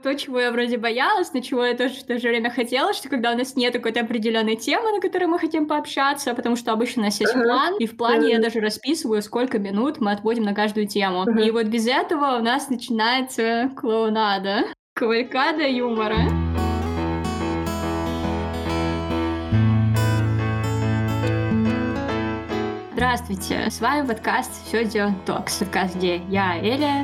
то, чего я вроде боялась, но чего я тоже в то же время хотела, что когда у нас нет какой-то определенной темы, на которой мы хотим пообщаться, потому что обычно у нас есть план, и в плане я даже расписываю, сколько минут мы отводим на каждую тему. И вот без этого у нас начинается клоунада, кавалькада юмора. Здравствуйте, с вами подкаст «Все дело Токс», подкаст, где я, Эля,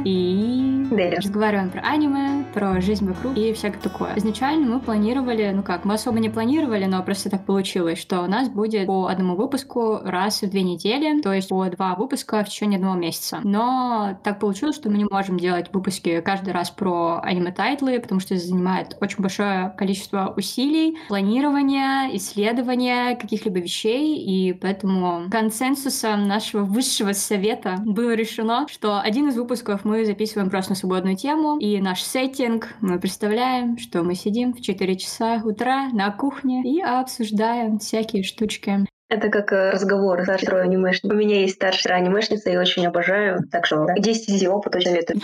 и Деля. разговариваем про аниме, про жизнь вокруг и всякое такое. Изначально мы планировали, мы особо не планировали, но просто так получилось, что у нас будет по одному выпуску раз в 2 недели, то есть по 2 выпуска в течение 1 месяца. Но так получилось, что мы не можем делать выпуски каждый раз про аниме-тайтлы, потому что это занимает очень большое количество усилий, планирования, исследования каких-либо вещей, и поэтому консенсусом нашего высшего совета было решено, что один из выпусков мы записываем просто на свободную тему, и наш сеттинг мы представляем, что мы сидим в 4 часа утра на кухне и обсуждаем всякие штучки. Это как разговор с старшей анимешницей. У меня есть старшая анимешница, я очень обожаю. Так что 10 из опыта советую.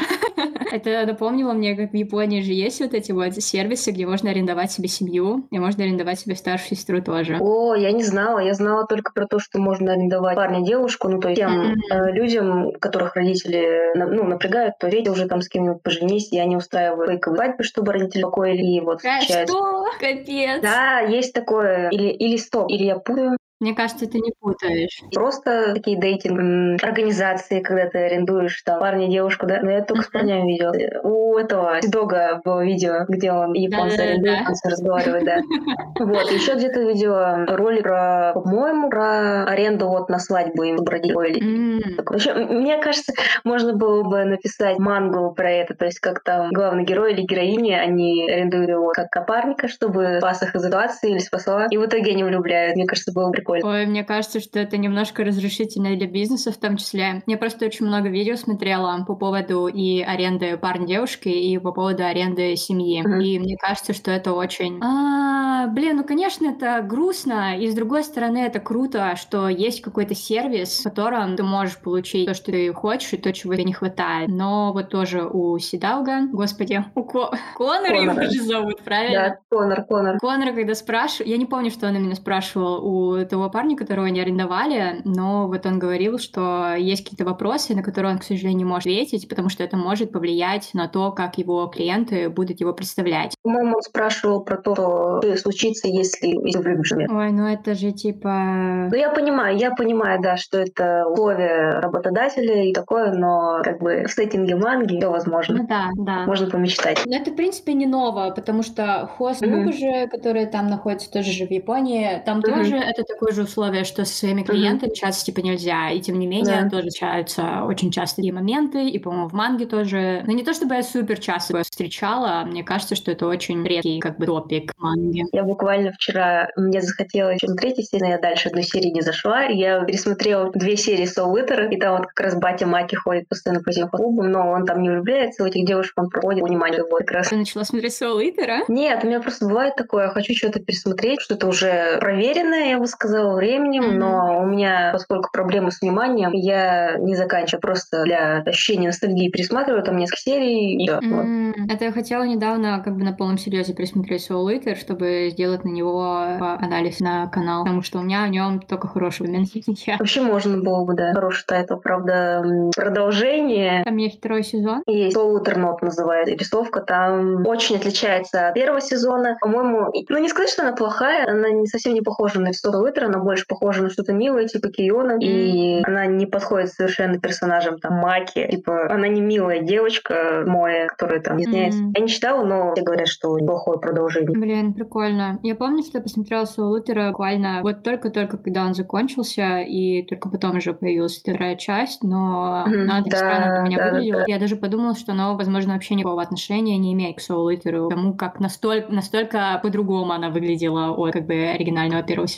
Это напомнило мне, как в Японии же есть вот эти вот сервисы, где можно арендовать себе семью, и можно арендовать себе старшую сестру тоже. О, я не знала. Я знала только про то, что можно арендовать парня, девушку. Ну, то есть тем людям, которых родители напрягают, то дети уже там с кем-нибудь поженись, и они устраивают фейковые свадьбы, чтобы родители покоили. И вот Что? Капец! Да, есть такое. Или стоп, или я путаю. Мне кажется, ты не путаешь. Просто такие дейтинг-организации, когда ты арендуешь там парня, девушку, да? Но я только с парнями видела. У этого Сидога было видео, где он японцы арендует, японцы разговаривает, да. Вот, еще где-то видела ролик по-моему, про аренду вот на свадьбу им бродили. Вообще, мне кажется, можно было бы написать мангу про это, то есть как там главный герой или героиня, они арендуют его как напарника, чтобы спас их из ситуации или спасла, и в итоге они влюбляют. Мне кажется, было бы прикольно. Ой, мне кажется, что это немножко разрушительно для бизнеса в том числе. Я просто очень много видео смотрела по поводу и аренды парня-девушки, и по поводу аренды семьи. И мне кажется, что это очень... конечно, это грустно, и с другой стороны, это круто, что есть какой-то сервис, в котором ты можешь получить то, что ты хочешь, и то, чего тебе не хватает. Но вот тоже у Сидауга, господи, у Конора его же зовут, правильно? Да, Конор. Конора, когда спрашивал... Я не помню, что он именно спрашивал у того парня, которого они арендовали, но вот он говорил, что есть какие-то вопросы, на которые он, к сожалению, не может ответить, потому что это может повлиять на то, как его клиенты будут его представлять. По-моему, он спрашивал про то, что случится, если влюбишься. Ой, ну это же типа... Ну я понимаю, да, что это условия работодателя и такое, но как бы в сеттинге манги все возможно. Ну да. Можно помечтать. Но это, в принципе, не ново, потому что хост-клубы же, которые там находятся тоже же в Японии, там тоже это такое же условие, что со своими клиентами общаться типа нельзя, и тем не менее тоже случаются очень часто такие моменты, и, по-моему, в манге тоже. Но не то чтобы я супер часто его встречала, мне кажется, что это очень редкий топик манги. Я буквально вчера, мне захотелось смотреть, естественно, я дальше одной серии не зашла, и я пересмотрела 2 серии Soul Eater, и там вот как раз батя Маки ходит постоянно по этим клубу, но он там не влюбляется, у этих девушек он проводит внимание. Вот как раз. Ты начала смотреть Soul Eater, а? Нет, у меня просто бывает такое, я хочу что-то пересмотреть, что-то уже проверенное, я бы сказала, временем, но у меня, поскольку проблемы с вниманием, я не заканчиваю, просто для ощущения ностальгии пересматриваю там несколько серий, и Это я хотела недавно на полном серьезе пересмотреть Soul Eater, чтобы сделать на него анализ на канал, потому что у меня о нем только хорошие моменты. Вообще можно было бы, да. Хороший тайтл, правда, продолжение. Там есть 2 сезон. Есть Soul Eater Note называется. Рисовка там очень отличается от 1 сезона. По-моему, не сказать, что она плохая, она совсем не похожа на Soul Eater, она больше похожа на что-то милое, типа Киона, и она не подходит совершенно персонажам там Маки. Типа, она не милая девочка, Моя, которая там изменяется. Я не читала, но все говорят, что неплохое продолжение. Блин, прикольно. Я помню, что я посмотрела Soul Eater буквально вот только-только, когда он закончился, и только потом уже появилась 2 часть, но она так странно для меня выглядела. Я даже подумала, что оно, возможно, вообще никакого отношения не имеет к Soul Eater, потому как настолько по-другому она выглядела от оригинального 1 сезона.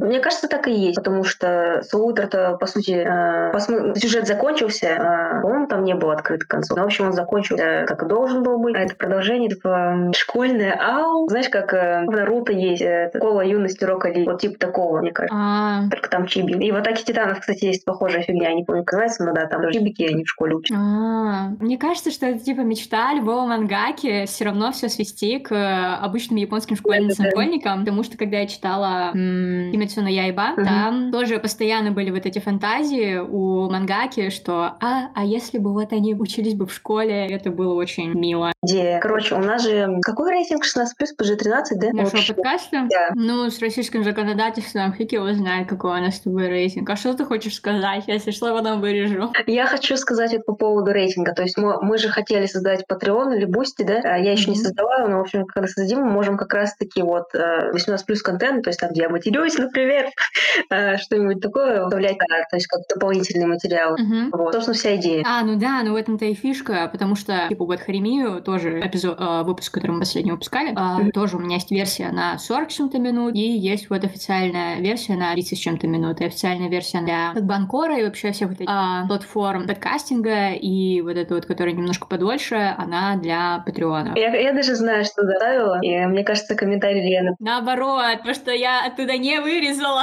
Мне кажется, так и есть, потому что Соул-Итер-то, по сути, сюжет закончился, по-моему, там не был открыт к концу. Но, в общем, он закончился, как и должен был быть. А это продолжение, типа, школьное ау. Знаешь, как в Наруто есть школа юности Рока Ли. Вот типа такого, мне кажется. Только там чиби. И в Атаке Титанов, кстати, есть похожая фигня. Я не помню, как называется, но да, там тоже чибики, они в школе учат. Мне кажется, что это типа мечта любого мангаки все равно все свести к обычным японским школьницам-школьникам, потому что когда я читала Кимицу но Яйба, там тоже постоянно были вот эти фантазии у мангаки, что а если бы вот они учились бы в школе, это было очень мило. Короче, у нас же какой рейтинг 16+, PG-13, да? Нашего подкаста? Да. Ну, с российским законодательством фиг его знает, какой у нас с тобой рейтинг. А что ты хочешь сказать? Если что, я потом вырежу. Я хочу сказать вот по поводу рейтинга. То есть мы же хотели создать Patreon или Boosty, да? Я еще не создала, но, в общем, когда создадим, мы можем как раз-таки вот 18+ контент, то есть там, где я матерюсь, например, что-нибудь такое вставлять, то есть как дополнительный материал. Вот. Собственно, вся идея. Ну да, но в этом-то и фишка, потому что, типа, вот Харемию тоже выпуск, который мы последний выпускали, тоже у меня есть версия на 40 с чем-то минут, и есть вот официальная версия на 30 с чем-то минут, и официальная версия для как бы Анкора и вообще всех вот этих платформ подкастинга, и вот эта вот, которая немножко подольше, она для Патреона. Я даже знаю, что добавила, и мне кажется, комментарий Лены. Наоборот, потому что я оттуда не вырезала.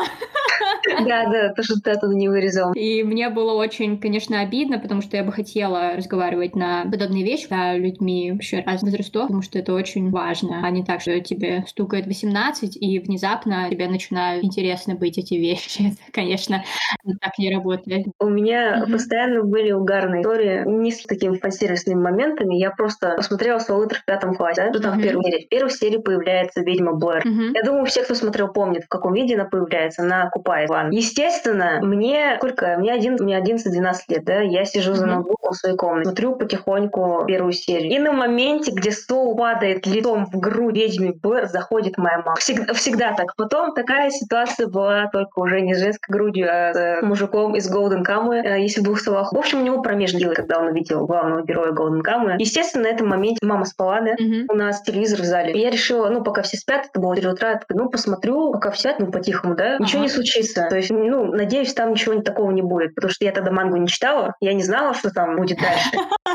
Да, то, что ты оттуда не вырезал. И мне было очень, конечно, обидно, потому что я бы хотела разговаривать на подобные вещи с людьми вообще разных возрастов, потому что это очень важно, а не так, что тебе стукает 18, и внезапно тебе начинают интересны быть эти вещи. Это, конечно, так не работает. У меня постоянно были угарные истории, не с такими фан-сервисными моментами. Я просто посмотрела Soul-Итер в 5 классе, да? Что там в первой серии? В первой серии появляется ведьма Блэр. Я думаю, все, кто смотрел, помнят, в каком виде она появляется. Она купает ванну. Естественно, мне 11-12 лет, да? Я сижу за ноутбуком в своей комнате, смотрю потихоньку первую серию. И на моменте, где Соул падает лицом в грудь ведьме Блэр, заходит моя мама. Всегда так. Потом такая ситуация была только уже не с женской грудью, а с мужиком из Golden Kamuy, если в 2 словах. В общем, у него промежность, когда он увидел главного героя Golden Kamuy. Естественно, на этом моменте мама спала, да? У нас телевизор в зале. И я решила, пока все спят, это было 4 утра, посмотрю, пока все спят, по-тихому, да? Ничего не случится. То есть, надеюсь, там ничего такого не будет. Потому что я тогда мангу не читала, я не знала, что там будет дальше.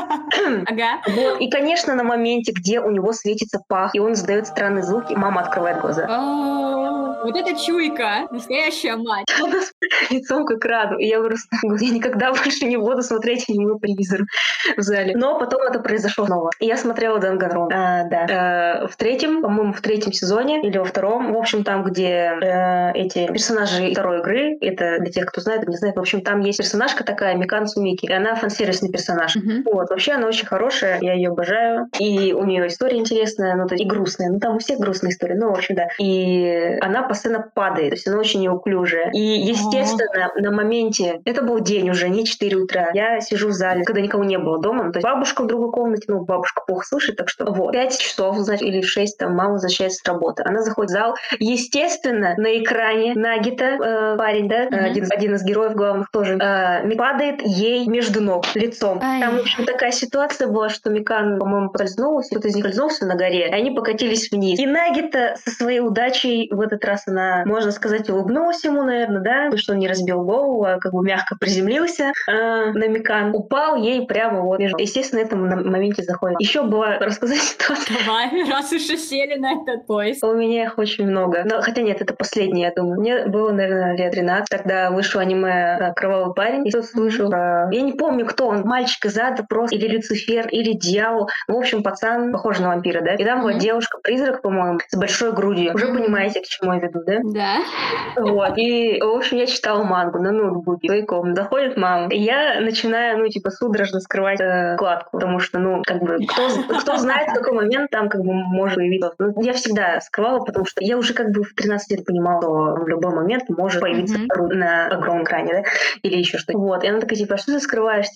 Вот. И, конечно, на моменте, где у него светится пах, и он издает странные звуки, мама открывает глаза. Вот это чуйка, настоящая мать. Она лицом как раду. И я просто я никогда больше не буду смотреть аниме по телевизору в зале. Но потом это произошло снова. И я смотрела Данганронпа. В третьем сезоне или во втором, в общем, там, где эти персонажи второй игры, это для тех, кто знает, не знает, в общем, там есть персонажка такая, Микан Сумики, и она фан-сервисный персонаж. Вот, вообще она очень хорошая, я ее обожаю, и у нее история интересная, и грустная, там у всех грустные истории, в общем, да. И она постоянно падает, то есть она очень неуклюжая. И, естественно, на моменте, это был день уже, не 4 утра, я сижу в зале, когда никого не было дома, то есть бабушка в другой комнате, бабушка плохо слышит, так что 5 часов, значит, или в 6, мама возвращается с работы. Она заходит в зал, естественно, на экране Нагита, парень, да, один из героев главных тоже, падает ей между ног, лицом. Там, в общем, такая ситуация была, что Микан, по-моему, поскользнулся, кто-то из них скользнулся на горе, и они покатились вниз. И Нагита со своей удачей, в этот раз она, можно сказать, улыбнулась ему, наверное, да, потому что он не разбил голову, а как бы мягко приземлился на Микан. Упал ей прямо между. Естественно, на этом моменте заходит. Еще была рассказать ситуацию. Давай, раз уж сели на этот поезд. У меня их очень много. Но, хотя нет, это последний, я думаю. Мне было, наверное, лет 13. Тогда вышло аниме «Кровавый парень». И тут слышу, я не помню, кто он. Мальчик из ада просто. Или Люцифер, или дьявол. В общем, пацан, похож на вампира, да? И там была девушка-призрак, по-моему, с большой грудью. Уже понимаете, к чему я веду, да? Да. Вот. И, в общем, я читала мангу на ноутбуке. В своей комнате. Заходит мама. И я начинаю, судорожно скрывать вкладку. Потому что, кто знает, в какой момент там, может появиться. Я всегда скрывала, потому что я уже в 13 лет понимала, что в любой момент может появиться на огромном экране, да? Или еще что-то. Вот. И она такая, что ты скрываешь? Что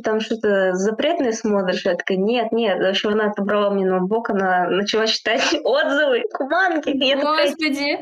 там что-то запретное смотришь? Я такая, нет. В общем, она отобрала мне ноутбук, она начала читать отзывы к манге. Господи!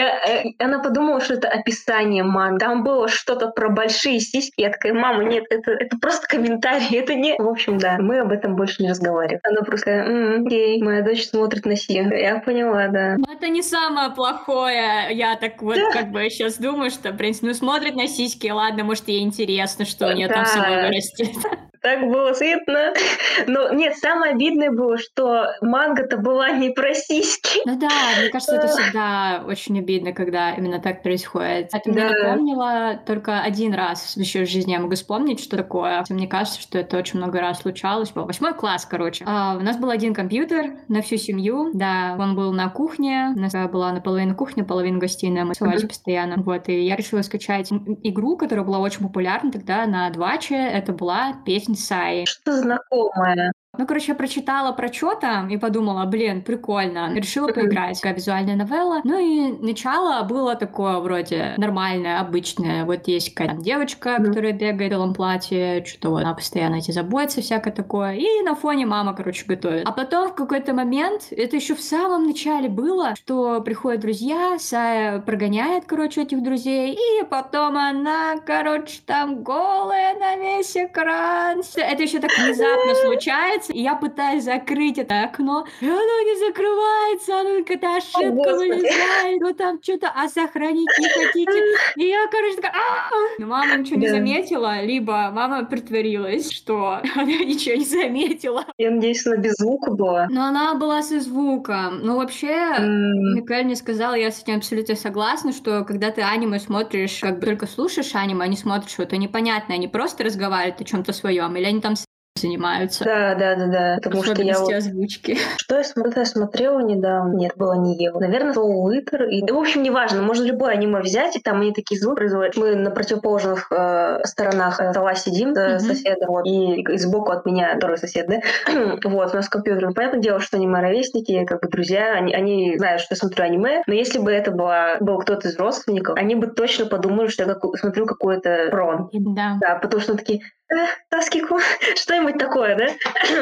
Она подумала, что это описание манги. Там было что-то про большие сиськи. Я такая, мама, нет, это просто комментарий, это не... В общем, да, мы об этом больше не разговариваем. Она просто такая, окей, моя дочь смотрит на сиськи. Я поняла, да. Ну, это не самое плохое. Я так вот как бы сейчас думаю, что, в принципе, смотрит на сиськи, ладно, может, ей интересно, что у нее там самой вырастет. Так было стыдно. Но нет, самое обидное было, что манга-то была не про сиськи. Ну да, мне кажется, это всегда очень обидно, когда именно так происходит. Это мне напомнило только один раз еще в жизни я могу вспомнить, что такое. Мне кажется, что это очень много раз случалось. 8 класс, короче. У нас был один компьютер на всю семью. Да, он был на кухне. У нас была наполовину кухня, половина гостиная. Мы ссылались постоянно. Вот, и я решила скачать игру, которая была очень популярна тогда на Дваче. Это была песня Саи. Что знакомое. Ну, короче, я прочитала про что там и подумала, блин, прикольно. Решила поиграть. Такая визуальная новелла. Ну и начало было такое вроде нормальное, обычное. Вот есть какая-то девочка, которая бегает в белом платье, что-то вот она постоянно эти заботится, всякое такое. И на фоне мама, короче, готовит. А потом в какой-то момент, это еще в самом начале было, что приходят друзья, Сая прогоняет, короче, этих друзей, и потом она, короче, там голая на весь экран. Это еще так внезапно случается. И я пытаюсь закрыть это окно, и оно не закрывается, оно какая-то ошибка вылезает, ну там что-то, а сохранить не хотите. И я, короче, такая, но мама ничего не заметила, либо мама притворилась, что она ничего не заметила. Я надеюсь, она без звука была. Но она была со звуком. Ну, вообще, Микаэль мне сказала, я с этим абсолютно согласна, что когда ты аниме смотришь, как бы только слушаешь аниме, а не смотришь что-то непонятное, они просто разговаривают о чем-то своем, или они там занимаются. Да. Потому что я озвучки. Что я смотрела недавно? Нет, было не Ева. Наверное, Soul Eater. В общем, неважно. Можно любое аниме взять, и там они такие звуки производят. Мы на противоположных сторонах стола сидим с соседом, вот, и сбоку от меня второй сосед, да? Вот, у нас компьютер. Понятное дело, что аниме ровесники, как бы друзья, они знают, что я смотрю аниме, но если бы это был кто-то из родственников, они бы точно подумали, что я смотрю какой-то прон. Да, потому что такие, Таскику, что-нибудь такое, да?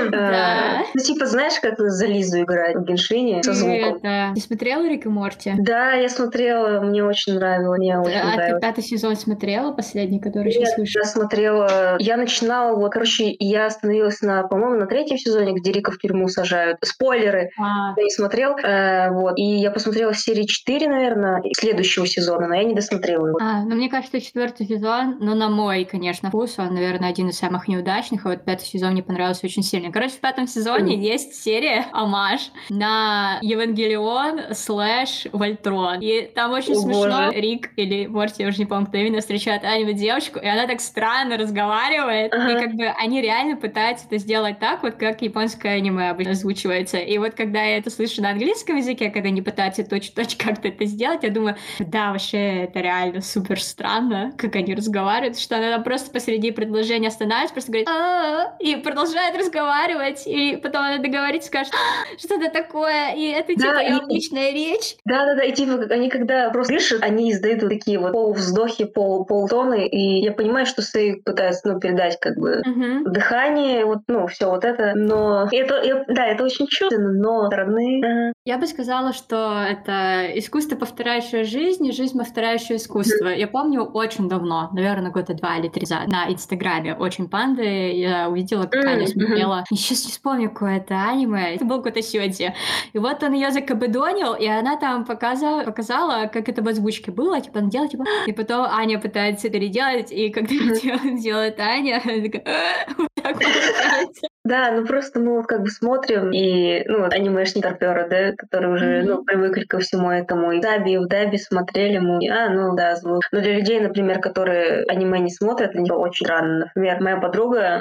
Да. Ну, типа, знаешь, как за Лизу играть в Геншине со звуком? Ты смотрела Рик и Морти? Да, я смотрела, мне очень нравилось. Ты 5-й сезон смотрела, последний, который сейчас вышел? Я смотрела, я начинала, вот, короче, я остановилась по-моему, на 3-м сезоне, где Рика в тюрьму сажают. Спойлеры! Я не смотрел, вот, и я посмотрела серии 4, наверное, следующего сезона, но я не досмотрела его. Ну, мне кажется, 4-й сезон, но на мой, конечно, вкус, он, наверное, один из самых неудачных, а вот 5-й сезон мне понравился очень сильно. Короче, в 5-м сезоне есть серия «Омаж» на Евангелион / Вольтрон. И там очень смешно Рик или Морти, я уже не помню, кто именно, встречает аниме-девочку, и она так странно разговаривает, и как бы они реально пытаются это сделать так, вот как японское аниме обычно озвучивается. И вот когда я это слышу на английском языке, когда они пытаются точь-в-точь как-то это сделать, я думаю, да, вообще это реально супер странно, как они разговаривают, что она там просто посреди предложения останавливается, просто говорит и продолжает разговаривать, и потом она договорится, скажет, что-то такое, и это типа ее обычная речь. Да, и типа они когда просто слышат, они издают вот такие вот полувздохи, полутоны, и я понимаю, что Сэй пытается, передать как бы дыхание, вот, все вот это, но это очень чувственно, но стороны... Я бы сказала, что это искусство, повторяющее жизнь, и жизнь, повторяющая искусство. Я помню очень давно, наверное, 2 или 3 назад, на Инстаграме «Очень панды» я увидела, как Аня смотрела. Я сейчас не вспомню, какое это аниме. Это был какой-то сёдзи. И вот он ее закабедонил, и она там показала, как это в озвучке было. Типа, она делает, и потом Аня пытается переделать, и когда делает Аня, она такая, вот так получается. Да, просто мы вот как бы смотрим, и, анимешные старпёры, да, которые уже, привыкли ко всему этому. И в даби смотрели мы, звук. Но для людей, например, которые аниме не смотрят, для них очень странно. Например, моя подруга,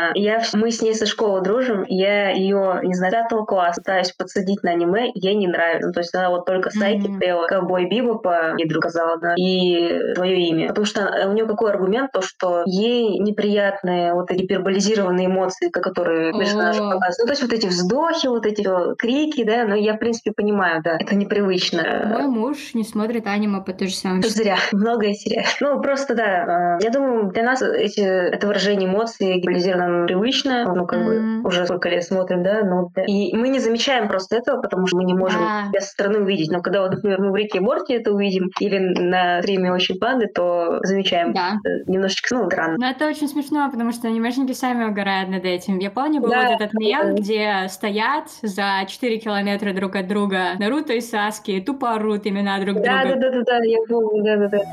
мы с ней со школы дружим, я ее, не знаю, 5 класса пытаюсь подсадить на аниме, ей не нравится. То есть она вот только Сайки пела, Ковбой Бибопа, ей друг сказала, да, и твое имя. Потому что у нее какой аргумент, то, что ей неприятные вот эти гиперболизированные эмоции, которые которые персонажи показывают. Ну, то есть вот эти вздохи, вот эти крики, да, но я, в принципе, понимаю, да, это непривычно. Мой муж не смотрит аниме по той же самой причине. Зря, многое теряет. Ну, просто, да, я думаю, для нас это выражение эмоций гипнотизировано привычно, ну, как бы, уже сколько лет смотрим, да, и мы не замечаем просто этого, потому что мы не можем себя со стороны увидеть. Но когда, вот, например, мы в Рике и Морти это увидим, или на стриме «Очень панды», то замечаем. Да. Немножечко, странно. Но это очень смешно, потому что анимешники сами угорают над этим. В Японии был вот этот мем, где стоят за 4 километра друг от друга Наруто и Саски, тупо орут имена друг друга. Да, я помню, да.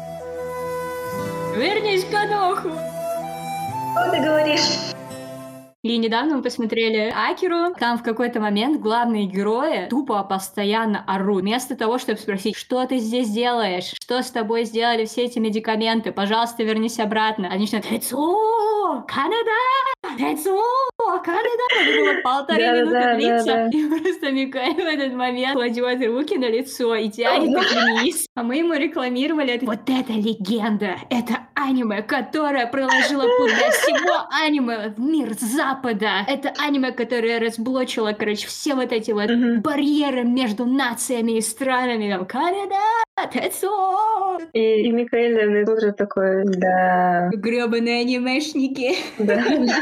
Вернись к Каноху! Что ты говоришь? И недавно мы посмотрели Акиру, там в какой-то момент главные герои тупо постоянно орут. Вместо того, чтобы спросить, что ты здесь делаешь, что с тобой сделали все эти медикаменты, пожалуйста, вернись обратно. Они начинают «Тэцуо! Канада! Тэцуо! Канада!» Это было 1,5 минуты длится. И просто Микаэль в этот момент кладет руки на лицо и тянет их вниз. А мы ему рекламировали это. Вот это легенда! Это аниме, которое проложило путь для всего аниме в мир Запада. Это аниме, которое разблочило, все вот эти вот барьеры между нациями и странами. Там, Канада! Тэцуо! И Микаэль тоже такой, да. Грёбаные анимешники. Да.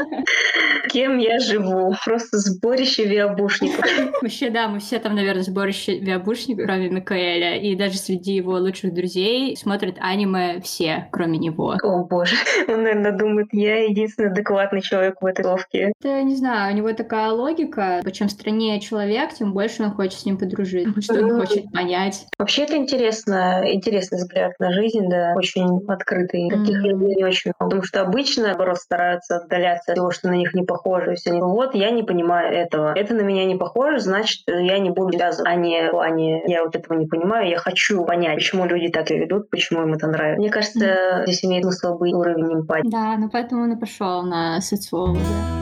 Кем я живу? Просто сборище виабушников. Вообще, да, мы все там, наверное, сборище виабушников, кроме Микаэля. И даже среди его лучших друзей смотрят аниме все, кроме него. О, боже. Он, наверное, думает, я единственный адекватный человек в этой ловке. Да, не знаю, у него такая логика. Чем страннее человек, тем больше он хочет с ним подружить. Потому что он хочет понять. Вообще это интересный взгляд на жизнь, да, очень открытый. Таких людей не очень много. Потому что обычно, наоборот, стараются отдаляться от того, что на них не похоже. То есть они, вот, я не понимаю этого. Это на меня не похоже, значит, я не буду связываться. А не, я вот этого не понимаю, я хочу понять, почему люди так и ведут, почему им это нравится. Мне кажется, здесь имеет смысл быть уровень эмпатии. Да, ну поэтому он и пошел на социолога.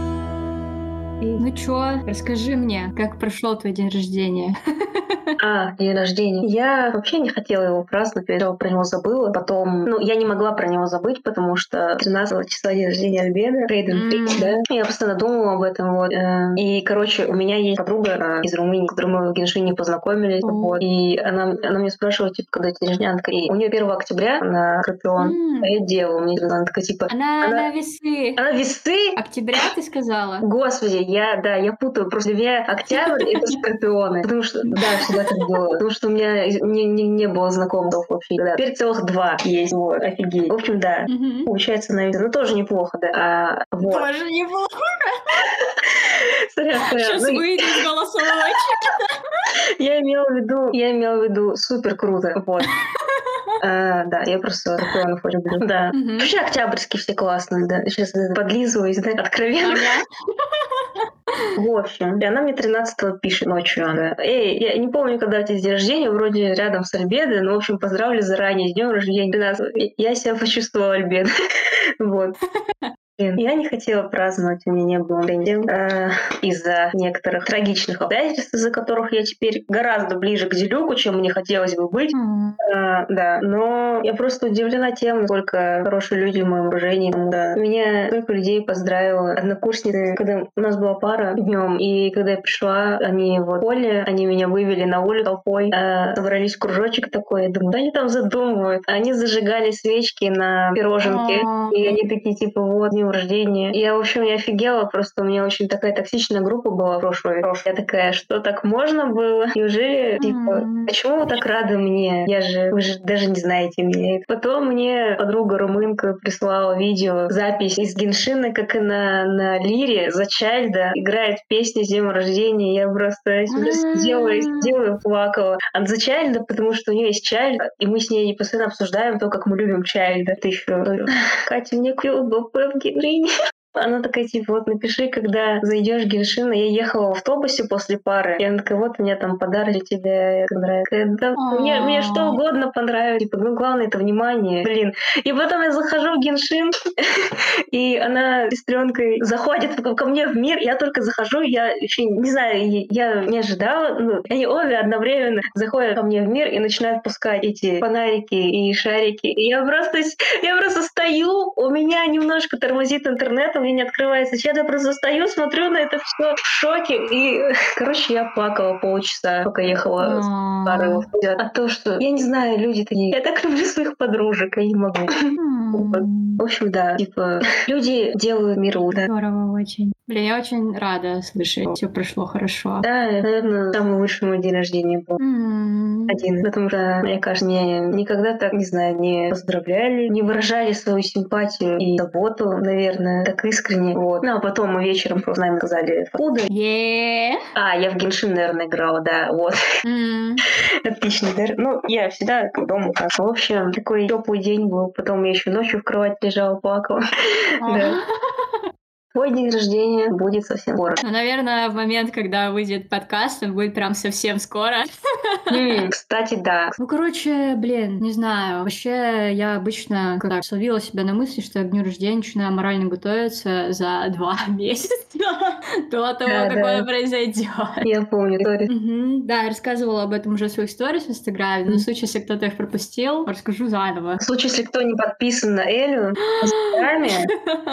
Ну чё, расскажи мне, как прошел твой день рождения? День рождения. Я вообще не хотела его праздновать, я про него забыла. Потом, я не могла про него забыть, потому что 13 числа день рождения Альбеда, Рейден Фрикс, да. Я постоянно думала об этом, вот. И, короче, у меня есть подруга из Румынии, с которой мы в Геншине познакомились, вот. И она мне спрашивала, типа, когда день рождения, она такая, у нее 1 октября на Скорпион, а я дева, мне она такая, типа... Она весы. Она весы? Октября, ты сказала? Господи, я путаю. Просто для меня октябрь — это Скорпионы. Потому что, да, всегда так было. Потому что у меня не было знакомых вообще. Да. Теперь целых 2 есть. Вот, офигеть. В общем, да. Получается, наверное, тоже неплохо, да. Вот. Тоже неплохо. Сорян. Сейчас выйду из голосового чата. Я имела в виду супер круто. Вот. Да, я просто Скорпионов люблю. Да. Вообще октябрьские все классные, да. Сейчас подлизываюсь, да, откровенно. В общем, и она мне 13-го пишет ночью. Она, я не помню, когда у тебя день рождения, вроде рядом с Альбедой, но, в общем, поздравлю заранее с днем рождения 13. Я себя почувствовала Альбедой. Вот. Я не хотела праздновать, у меня не было времени из-за некоторых трагичных обстоятельств, из-за которых я теперь гораздо ближе к Делюку, чем мне хотелось бы быть. Да, но я просто удивлена тем, насколько хорошие люди в моем окружении. Да. Меня столько людей поздравила. Однокурсницы, когда у нас была пара днем, и когда я пришла, они в поле, они меня вывели на улицу толпой, собрались в кружочек такой, я думаю, да они там задумывают. Они зажигали свечки на пироженке, и они такие, типа, вот, днем рождения. Я, в общем, не офигела, просто у меня очень такая токсичная группа была прошлой. Я такая, что так можно было? Неужели, типа, почему вы так рады мне? Вы же даже не знаете меня. Потом мне подруга румынка прислала видео, запись из Геншина, как она на лире за Чайльда играет песню с днем рождения. Я просто сидела и плакала от за Чайльда, потому что у нее есть Чайльд, и мы с ней постоянно обсуждаем то, как мы любим Чайльда. Ты еще, Катя мне купила БП в Геншине. Она такая, типа, вот напиши, когда зайдешь в Геншин. Я ехала в автобусе после пары, и она такая, вот у меня там подарок для тебя. Да, мне что угодно понравилось. Типа, главное это внимание. Блин. И потом я захожу в Геншин, и она с сестренкой заходит ко мне в мир. Я только захожу, я еще не знаю, я не ожидала. Они обе одновременно заходят ко мне в мир и начинают пускать эти фонарики и шарики. И я просто стою, у меня немножко тормозит интернет, у меня не открывается чат, я просто стою, смотрю на это все в шоке. И, короче, я плакала полчаса, пока ехала с пары. А то, что, я не знаю, люди такие, я так люблю своих подружек, я не могу. В общем, да, типа, люди делают мир лучше. Здорово очень. Блин, я очень рада слышать, все прошло хорошо. Да, наверное, самый лучший мой день рождения был. Один. Потому что, мне кажется, меня никогда так, не знаю, не поздравляли, не выражали свою симпатию и заботу, наверное, так искренне. Вот. Ну, а потом мы вечером просто нам сказали откуда. Я в Геншин, наверное, играла, да, вот. Отлично, да. Ну, я всегда дома так. В общем, такой теплый день был. Потом я еще ночью в кровати лежала, плакала. Да. Твой день рождения будет совсем скоро. Ну, наверное, в момент, когда выйдет подкаст, он будет прям совсем скоро. Кстати, да. Ну, короче, блин, не знаю. Вообще, я обычно словила себя на мысли, что я к дню рождения начинаю морально готовиться за 2 месяца до того, как он произойдет. Я помню историю. Да, я рассказывала об этом уже в своих сторис в Инстаграме. Но в случае, если кто-то их пропустил, расскажу заново. В случае, если кто не подписан на Элю в Инстаграме,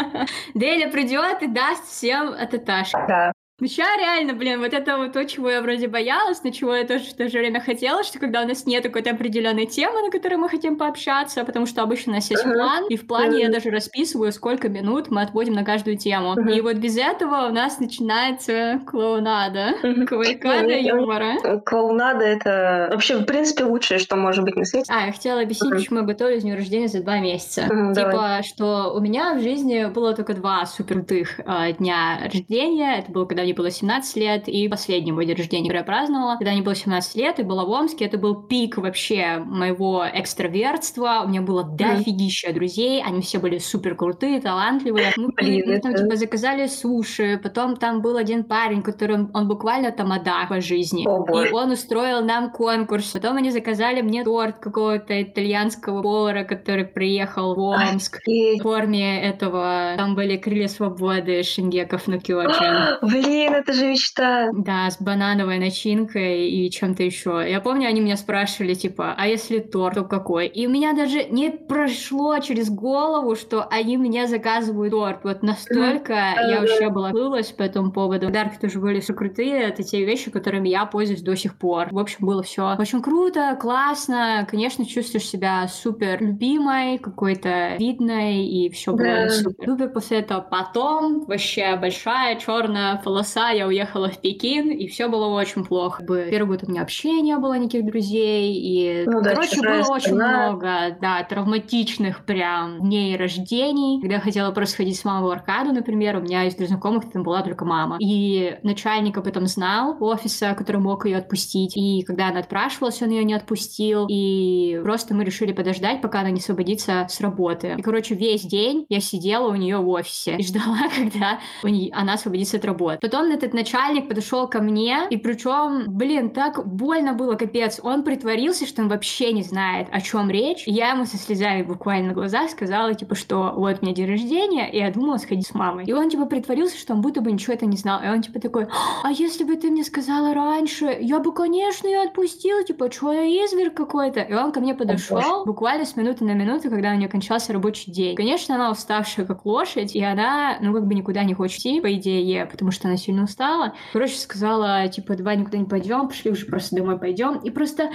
да Эля придет и даст всем ататаш. Да. Ну, сейчас реально, блин, вот это вот то, чего я вроде боялась, но чего я тоже в то же время хотела, что когда у нас нет какой-то определенной темы, на которой мы хотим пообщаться, потому что обычно у нас есть план, и в плане я даже расписываю, сколько минут мы отводим на каждую тему. И вот без этого у нас начинается клоунада, кавалькада юмора. Клоунада — это вообще, в принципе, лучшее, что может быть на свете. Я хотела объяснить, почему я готовлюсь к дню рождения за 2 месяца. Типа, что у меня в жизни было только 2 супер-крутых дня рождения. Это было, когда мне было 17 лет, и последний мой день рождения, который я праздновала. Когда мне было 17 лет, и была в Омске, это был пик вообще моего экстравертства. У меня было дофигища друзей, они все были супер крутые, талантливые. Мы там типа заказали суши, потом там был один парень, который, он буквально тамада по жизни. И он устроил нам конкурс. Потом они заказали мне торт какого-то итальянского повара, который приехал в Омск в форме этого. Там были крылья свободы, Шенгеков на Кёджин. Блин, это же мечта. Да, с банановой начинкой и чем-то еще. Я помню, они меня спрашивали, типа, а если торт, то какой? И у меня даже не прошло через голову, что они меня заказывают торт. Вот настолько я вообще была клылась по этому поводу. Подарки тоже были все крутые. Это те вещи, которыми я пользуюсь до сих пор. В общем, было все очень круто, классно. Конечно, чувствуешь себя супер любимой, какой-то видной, и все было супер после этого. Потом вообще большая черная полоса, я уехала в Пекин, и все было очень плохо. Первый год у меня вообще не было никаких друзей, и, короче, было очень много, травматичных прям дней рождений. Когда я хотела просто ходить с мамой в Аркаду, например, у меня из знакомых там была только мама. И начальник об этом знал, офиса, который мог ее отпустить. И когда она отпрашивалась, он ее не отпустил. И просто мы решили подождать, пока она не освободится с работы. И, короче, весь день я сидела у нее в офисе и ждала, когда она освободится от работы. Потом этот начальник подошел ко мне, и причем, блин, так больно было, капец. Он притворился, что он вообще не знает, о чем речь. И я ему со слезами буквально на глазах сказала, типа, что вот у меня день рождения, и я думала сходить с мамой. И он, типа, притворился, что он будто бы ничего это не знал. И он, типа, такой, а если бы ты мне сказала раньше, я бы, конечно, ее отпустила, типа, что я изверг какой-то. И он ко мне подошел буквально с минуты на минуту, когда у нее кончался рабочий день. Конечно, она уставшая, как лошадь, и она, как бы никуда не хочет идти, по идее, потому что она сильно устала. Короче, сказала, типа, давай никуда не пойдем, пошли уже просто домой пойдем. И просто...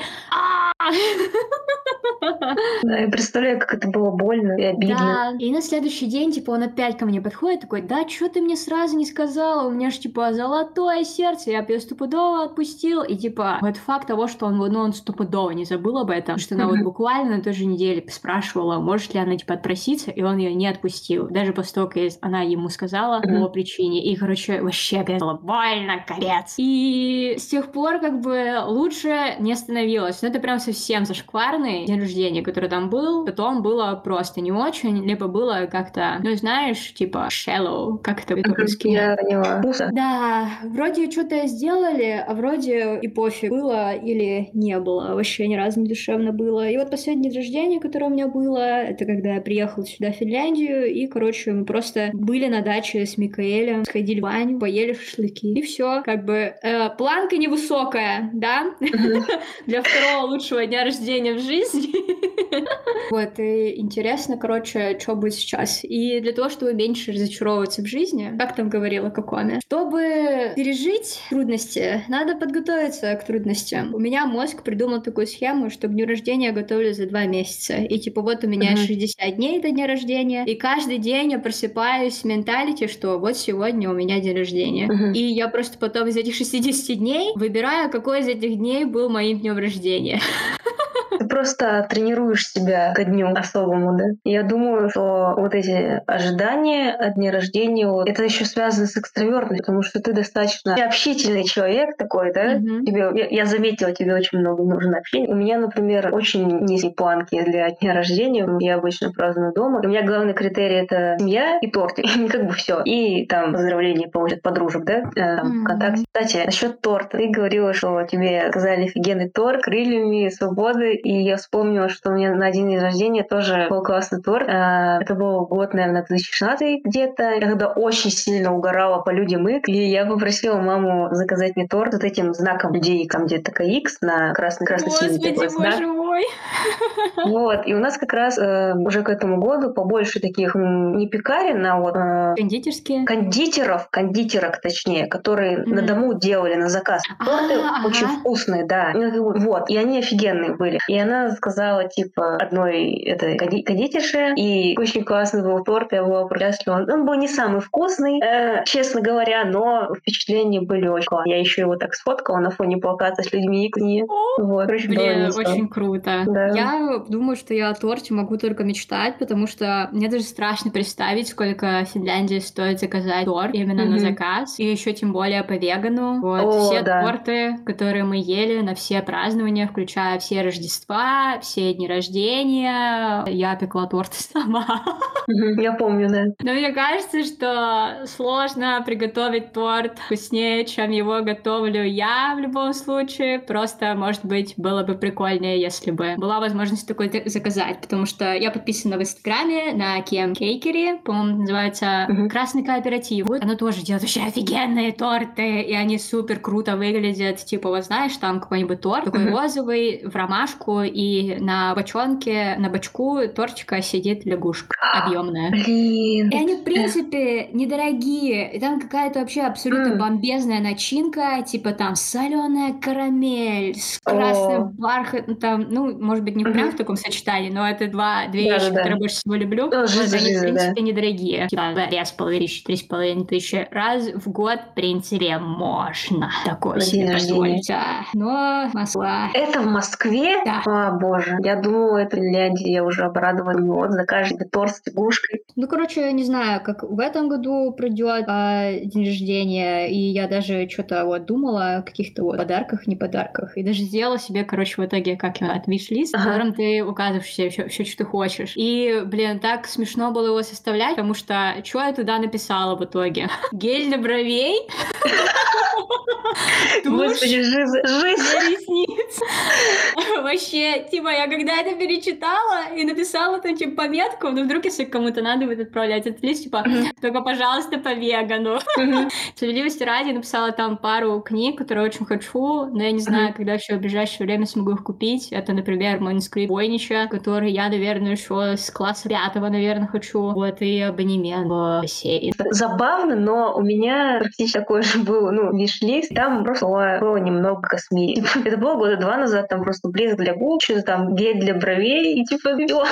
Да, я представляю, как это было больно и обидно. Да, и на следующий день, типа, он опять ко мне подходит, такой, да, что ты мне сразу не сказала, у меня ж, типа, золотое сердце, я бы её стопудово отпустил, и, типа, вот факт того, что он стопудово не забыл об этом, что она вот буквально на той же неделе спрашивала, может ли она, типа, отпроситься, и он ее не отпустил, даже после того, как она ему сказала по причине, и, короче, вообще опять было больно, капец. И с тех пор, как бы, лучше не становилось, но это прям совсем зашкварный день рождения, который там был, потом было просто не очень, либо было как-то, знаешь, типа shallow, как это по-русски? Я поняла. Да, вроде что-то сделали, а вроде и пофиг, было или не было, вообще ни разу не душевно было. И вот последний день рождения, которое у меня было, это когда я приехала сюда, в Финляндию, и, короче, мы просто были на даче с Микаэлем, сходили в баню, поели шашлыки, и все, как бы, планка невысокая, да, для второго лучшего дня рождения в жизни. Вот, и интересно, короче, что будет сейчас. И для того, чтобы меньше разочаровываться в жизни, как там говорила Кокоме, чтобы пережить трудности, надо подготовиться к трудностям. У меня мозг придумал такую схему, что к дню рождения я готовлюсь за 2 месяца. И типа вот у меня 60 дней до дня рождения, и каждый день я просыпаюсь в менталите, что вот сегодня у меня день рождения. И я просто потом из этих 60 дней выбираю, какой из этих дней был моим днем рождения. Ты просто тренируешь себя ко дню особому, да? Я думаю, что вот эти ожидания от дня рождения, вот, это еще связано с экстравертностью, потому что ты достаточно общительный человек такой, да? Я заметила, тебе очень много нужно общения. У меня, например, очень низкие планки для дня рождения. Я обычно праздную дома. У меня главный критерий — это семья и тортик. Как бы все. И там поздравления получат подружек, да? Там, ВКонтакте. Кстати, насчет торта. Ты говорила, что тебе сказали офигенный торт, крыльями свободы. И я вспомнила, что у меня на день рождения тоже был классный торт. Это был год, наверное, 2016 где-то. Я тогда очень сильно угорала по людям X. И я попросила маму заказать мне торт вот этим знаком людей, там где-то такая X на красно-синий такой знак. Боже мой! Вот. И у нас как раз уже к этому году побольше таких не пекарен, а вот кондитерские. Кондитерок точнее, которые на дому делали на заказ. Торты очень вкусные, да. Вот. И они офигенные были. И она сказала, типа, одной этой кондитерше, и очень классный был торт, я была счастлива. Он был не самый вкусный, честно говоря, но впечатления были очень классные. Я еще его так сфоткала на фоне плаката с людьми и вот. Блин, очень круто. Да. Я думаю, что я о торте могу только мечтать, потому что мне даже страшно представить, сколько в Финляндии стоит заказать торт именно на заказ, и еще тем более по вегану. Вот. Все торты, которые мы ели на все празднования, включая все Рождества, все дни рождения. Я пекла торты сама. Я помню, да. Но мне кажется, что сложно приготовить торт вкуснее, чем его готовлю я в любом случае. Просто, может быть, было бы прикольнее, если бы была возможность такой заказать. Потому что я подписана в Инстаграме на Кем Кейкери, по-моему, называется «Красный кооператив». Вот она тоже делает вообще офигенные торты, и они супер круто выглядят. Типа, вот знаешь, там какой-нибудь торт, такой розовый, в ромашку, и на бочонке, на бочку тортика сидит лягушка объемная. Блин. И они, в принципе, недорогие. И там какая-то вообще абсолютно бомбезная начинка, типа там соленая карамель с красным бархатом, там, ну, может быть, не прям в таком сочетании, но это две вещи, которые больше всего люблю. Вот, они, в принципе, недорогие. Типа 2500-3,5 тысячи раз в год, в принципе, можно такое себе позволить. Но Москва... Это в Москве? Да. О, боже. Я думала, это в Финляндии. Я уже обрадовалась. Вот, закажешь торт с лягушкой. Ну, короче, я не знаю, как в этом году пройдет день рождения, и я даже что-то вот думала о каких-то вот подарках, не подарках, и даже сделала себе, короче, в итоге как от виш-лист, в котором ты указываешь себе все, что ты хочешь. И, блин, так смешно было его составлять, потому что что я туда написала в итоге? Гель для бровей, душ для ресниц. Вообще, типа, я когда это перечитала и написала там, типа, пометку, ну, вдруг, если кому-то надо будет отправлять этот лист, типа, только, пожалуйста, по вегану. Справедливости ради, написала там пару книг, которые очень хочу, но я не знаю, когда еще в ближайшее время смогу их купить. Это, например, манускрипт Войнича, который я, наверное, еще с класса 5, наверное, хочу. Вот, и абонемент в бассейн. Забавно, но у меня практически такой же был, ну, виш-лист. Там просто было немного косметики. Это было 2 года назад, там просто блеск для губ, что-то там гель для бровей, и типа всё.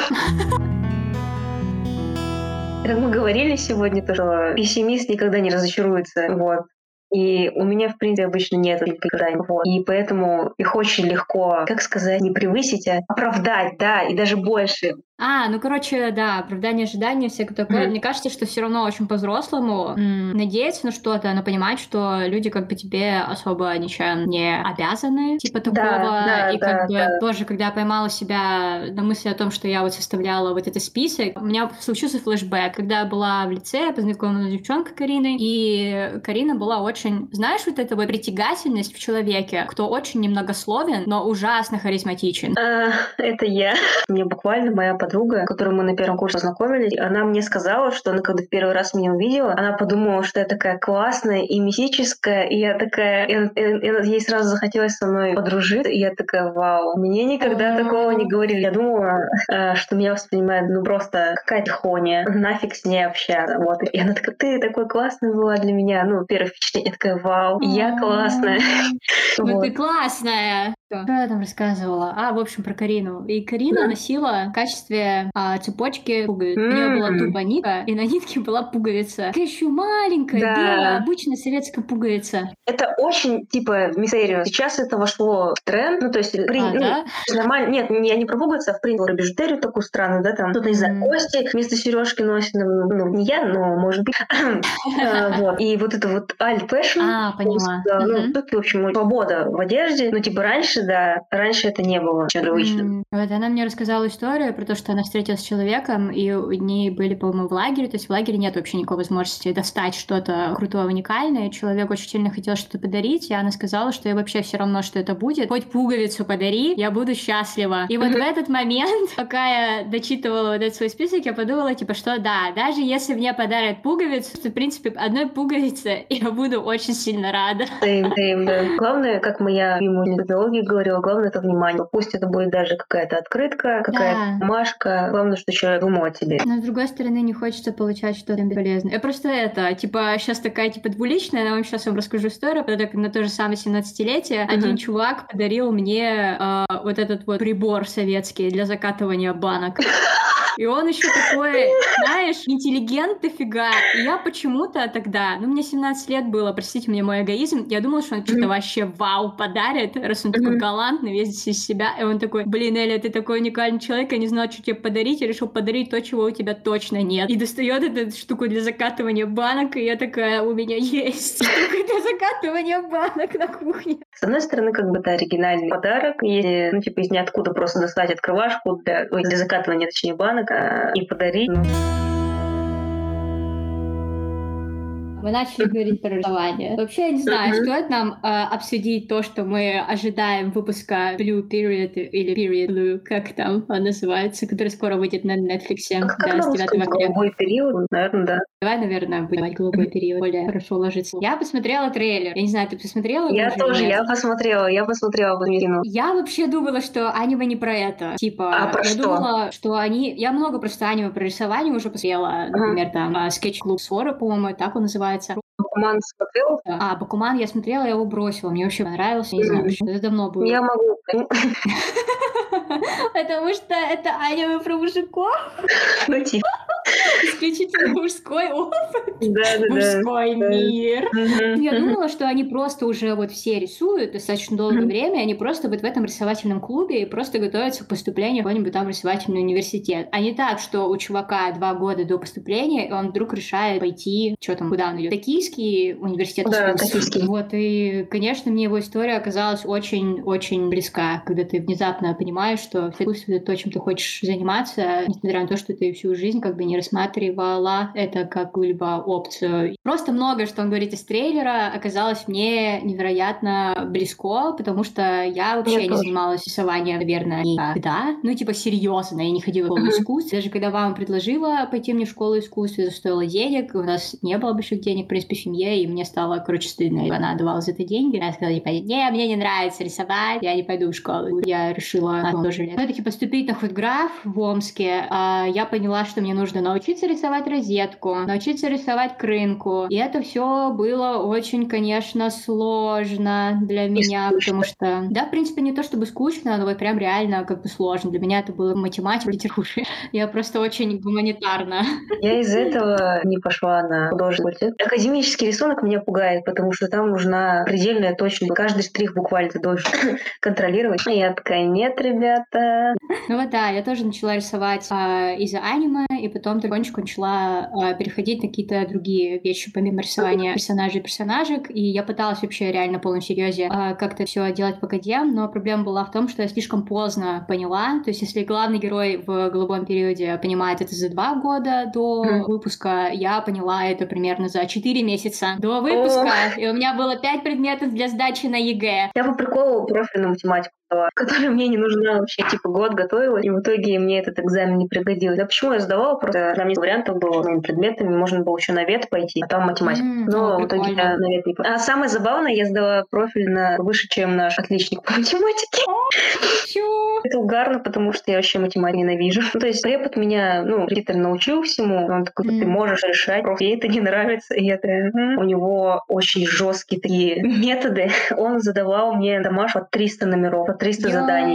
Как мы говорили сегодня, то, что пессимист никогда не разочаруется. Вот. И у меня, в принципе, обычно нет таких ожиданий. Вот. И поэтому их очень легко, как сказать, не превысить, а оправдать, да, и даже больше. Ну, короче, да, оправдание ожиданий, всякое такое. Мне кажется, что все равно очень по-взрослому надеяться на что-то, но понимать, что люди как бы тебе особо ничем не обязаны, типа такого. И как бы тоже, когда я поймала себя на мысли о том, что я вот составляла вот этот список, у меня случился флешбэк. Когда я была в лице, я познакомилась с девчонкой Кариной, и Карина была очень... Знаешь, вот эта вот притягательность в человеке, кто очень немногословен, но ужасно харизматичен. Это я. Мне буквально моя подруга подруга, с которой мы на первом курсе познакомились. Она мне сказала, что она, когда в первый раз меня увидела, она подумала, что я такая классная и мистическая, и я такая... Ей сразу захотелось со мной подружиться, и я такая, вау. Мне никогда такого не говорили. Я думала, что меня воспринимают, просто какая-то хоня, нафиг с ней общаться. Вот. И она такая, ты такой классная была для меня. Первое впечатление, я такая, вау, я классная. Ты классная! Что я там рассказывала? В общем, про Карину. И Карина носила в качестве цепочки пуговиц. У нее была тупо нитка, и на нитке была пуговица. Такая еще маленькая, белая, обычная советская пуговица. Это очень, мистерио. Сейчас это вошло в тренд. То есть, да? нормально. Нет, я не про пуговицы, а в принципе про бижутерию такую странную, да, там кто-то из-за кости вместо сережки носит. Не я, но может быть. Вот. И вот это вот alt-fashion. Поняла. Тут, в общем, свобода в одежде. Раньше это не было привычным. Вот она мне рассказала историю про то, что она встретилась с человеком, и они были, по-моему, в лагере. То есть в лагере нет вообще никакой возможности достать что-то крутое, уникальное. Человек очень сильно хотел что-то подарить, и она сказала, что ей вообще все равно, что это будет. Хоть пуговицу подари, я буду счастлива. И вот в этот момент, пока я дочитывала вот этот свой список, я подумала, что даже если мне подарят пуговицу, то, в принципе, одной пуговицы я буду очень сильно рада. Главное, как моя биология говорила, главное это внимание. Пусть это будет даже какая-то открытка, какая-то бумажка. Главное, что человек думал о тебе. Но с другой стороны, не хочется получать что-то бесполезное. Я просто сейчас такая, двуличная, я сейчас вам расскажу историю. На то же самое 17-летие один чувак подарил мне вот этот вот прибор советский для закатывания банок. И он еще такой, знаешь, интеллигент дофига. И я почему-то тогда, мне 17 лет было, простите мне мой эгоизм, я думала, что он что-то вообще вау подарит, раз он такой галантный, весь из себя. И он такой, блин, Эля, ты такой уникальный человек, я не знала, что тебе подарить, я решил подарить то, чего у тебя точно нет. И достает эту штуку для закатывания банок, и я такая, у меня есть штука для закатывания банок на кухне. С одной стороны, это оригинальный подарок, если, из ниоткуда просто достать открывашку для закатывания, точнее, банок, и подарить. Мы начали говорить про рисование. Вообще, я не знаю, стоит нам обсудить то, что мы ожидаем выпуска Blue Period или Period Blue, как там он называется, который скоро выйдет на Netflix. С 9 октября. Голубой период, наверное, да. Давай, наверное, будем голубой период более хорошо ложиться. Я посмотрела трейлер. Я не знаю, ты посмотрела? Я тоже, я посмотрела Валерину. Я вообще думала, что аниме не про это. Я думала, что они... Я много просто аниме про рисование уже посмотрела. Например, там скетч-клуб Сора, по-моему, так он называется. Бакуман смотрел? Бакуман я смотрела, я его бросила. Мне вообще понравился, не знаю, почему. Это давно было. Я могу. Потому что это аниме про мужиков. Исключительно мужской опыт. Мужской мир. Я думала, что они просто уже все рисуют достаточно долгое время, они просто в этом рисовательном клубе и просто готовятся к поступлению в какой-нибудь там рисовательный университет. А не так, что у чувака 2 года до поступления, и он вдруг решает пойти, куда он идет? Токийский университет искусств. И, конечно, мне его история оказалась очень-очень близка, когда ты внезапно понимаешь, что искусство — это то, чем ты хочешь заниматься, несмотря на то, что ты всю жизнь не рассматривала это как-либо опцию. Просто многое, что он говорит из трейлера, оказалось мне невероятно близко, потому что я вообще не занималась рисованием, наверное, никогда. Серьезно, я не ходила в школу искусств. Даже когда мама предложила пойти мне в школу искусств, это стоило денег, у нас не было больших денег, в принципе, в семье, и мне стало, стыдно. Она давала за это деньги. Я сказала, мне не нравится рисовать, я не пойду в школу. Я решила тоже все-таки поступить на худграф в Омске. Я поняла, что мне нужно научиться рисовать розетку, научиться рисовать крынку. И это все было очень, конечно, сложно для меня, потому что, в принципе, не то чтобы скучно, но прям реально сложно. Для меня это было математика, литература. Я просто очень гуманитарна. Я из-за этого не пошла на художественный. Академический рисунок меня пугает, потому что там нужна предельная точность. Каждый штрих буквально ты должен контролировать. И я такая, нет, ребята. Я тоже начала рисовать из-за аниме, и потом потихонечку начала переходить на какие-то другие вещи, помимо рисования персонажей и персонажек. И я пыталась вообще реально на полном серьезе как-то все делать по кодям, но проблема была в том, что я слишком поздно поняла. То есть, если главный герой в голубом периоде понимает это за 2 года до выпуска, я поняла это примерно за 4 месяца до выпуска. И у меня было 5 предметов для сдачи на ЕГЭ. Я по приколу профильную математику сдала, которая мне не нужна вообще. Типа год готовила, и в итоге мне этот экзамен не пригодился. Да почему я сдавала? Просто там несколько вариантов было с моими предметами. Можно было еще на вет пойти, а там математика. Но в итоге я на вет не пошла. А самое забавное, я сдала профиль выше, чем наш отличник по математике. Это угарно, потому что я вообще математику ненавижу. То есть препод меня, репетитор научил всему. Он такой, ты можешь решать. Просто ей это не нравится. И я такая, У него очень жесткие такие методы. Он задавал мне домашку по 300 номеров, по 300 заданий.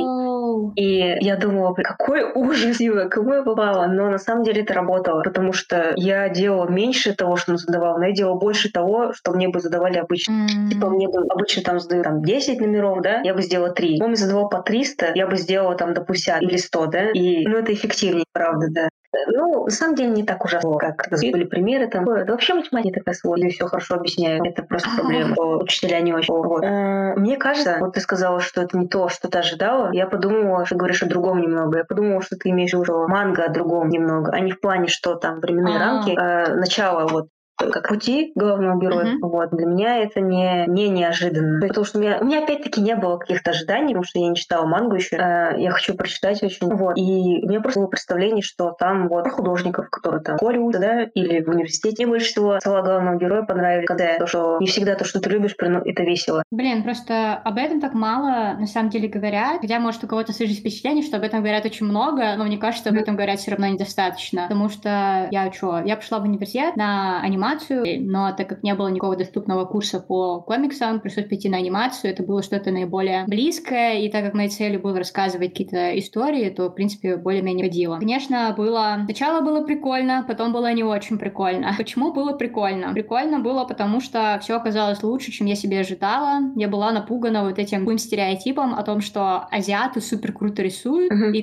И я думала, какой ужас, кому я попала. Но на самом деле это работало, потому что я делала меньше того, что он задавал, но я делала больше того, что мне бы задавали обычно. Типа мне бы обычно там задают 10 номеров, да, я бы сделала 3. Он мне задавал по 300, я бы сделала допустим, или 100, да, и это эффективнее, правда, да. На самом деле не так ужасно, как были примеры там. Да вообще математика такая сложная, все хорошо объясняю. Это просто проблема, что учителя не очень. Мне кажется, вот ты сказала, что это не то, что ты ожидала. Я подумала, что говоришь о другом немного. Я подумала, что ты имеешь в виду манго о другом немного, а не в плане, что там временные рамки. Начало как пути главного героя. Для меня это не неожиданно. Потому что у меня опять-таки не было каких-то ожиданий, потому что я не читала мангу еще. Я хочу прочитать очень. И у меня просто было представление, что там про художников, которые там в школе учатся, да, или в университете. Мне больше всего слова главного героя понравились, когда что не всегда то, что ты любишь, это весело. Блин, просто об этом так мало на самом деле говорят. Хотя, может, у кого-то сложилось впечатление, что об этом говорят очень много, но мне кажется, об этом говорят все равно недостаточно. Потому что я пошла в университет на анимацию, но так как не было никакого доступного курса по комиксам, пришлось пойти на анимацию, это было что-то наиболее близкое, и так как моей целью было рассказывать какие-то истории, то, в принципе, более-менее ходило. Конечно, сначала было прикольно, потом было не очень прикольно. Почему было прикольно? Прикольно было, потому что все оказалось лучше, чем я себе ожидала. Я была напугана вот этим стереотипом о том, что азиаты супер круто рисуют, и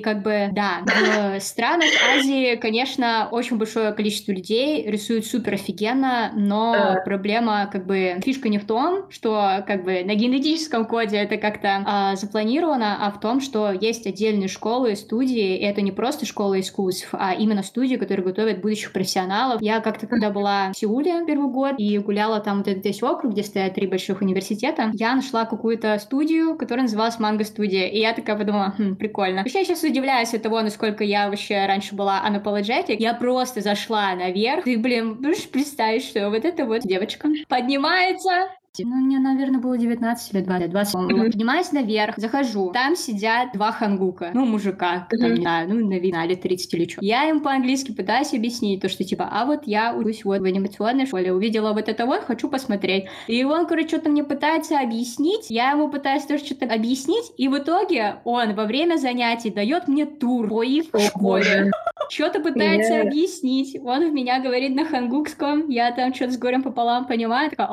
в странах Азии, конечно, очень большое количество людей рисуют супер офигенно, но проблема, фишка не в том, что, на генетическом коде это как-то запланировано, а в том, что есть отдельные школы, студии, и это не просто школы искусств, а именно студии, которые готовят будущих профессионалов. Я как-то, когда была в Сеуле первый год и гуляла там вот этот весь округ, где стоят 3 больших университета, я нашла какую-то студию, которая называлась «Манго-студия», и я такая подумала, прикольно. Вообще, я сейчас удивляюсь от того, насколько я вообще раньше была unapologetic. Я просто зашла наверх, и, можешь представить, что вот эта вот девочка поднимается. Мне, наверное, было 19 или 20. Поднимаюсь наверх, захожу. Там сидят 2 хангука. Мужика, не знаю, на вид, лет 30 или что. Я им по-английски пытаюсь объяснить то, что а вот я учусь в анимационной школе, увидела вот это вот, хочу посмотреть. И он, что-то мне пытается объяснить. Я ему пытаюсь тоже что-то объяснить. И в итоге он во время занятий дает мне тур по их школе. Что-то пытается объяснить. Он в меня говорит на хангукском. Я там что-то с горем пополам понимаю. Такая,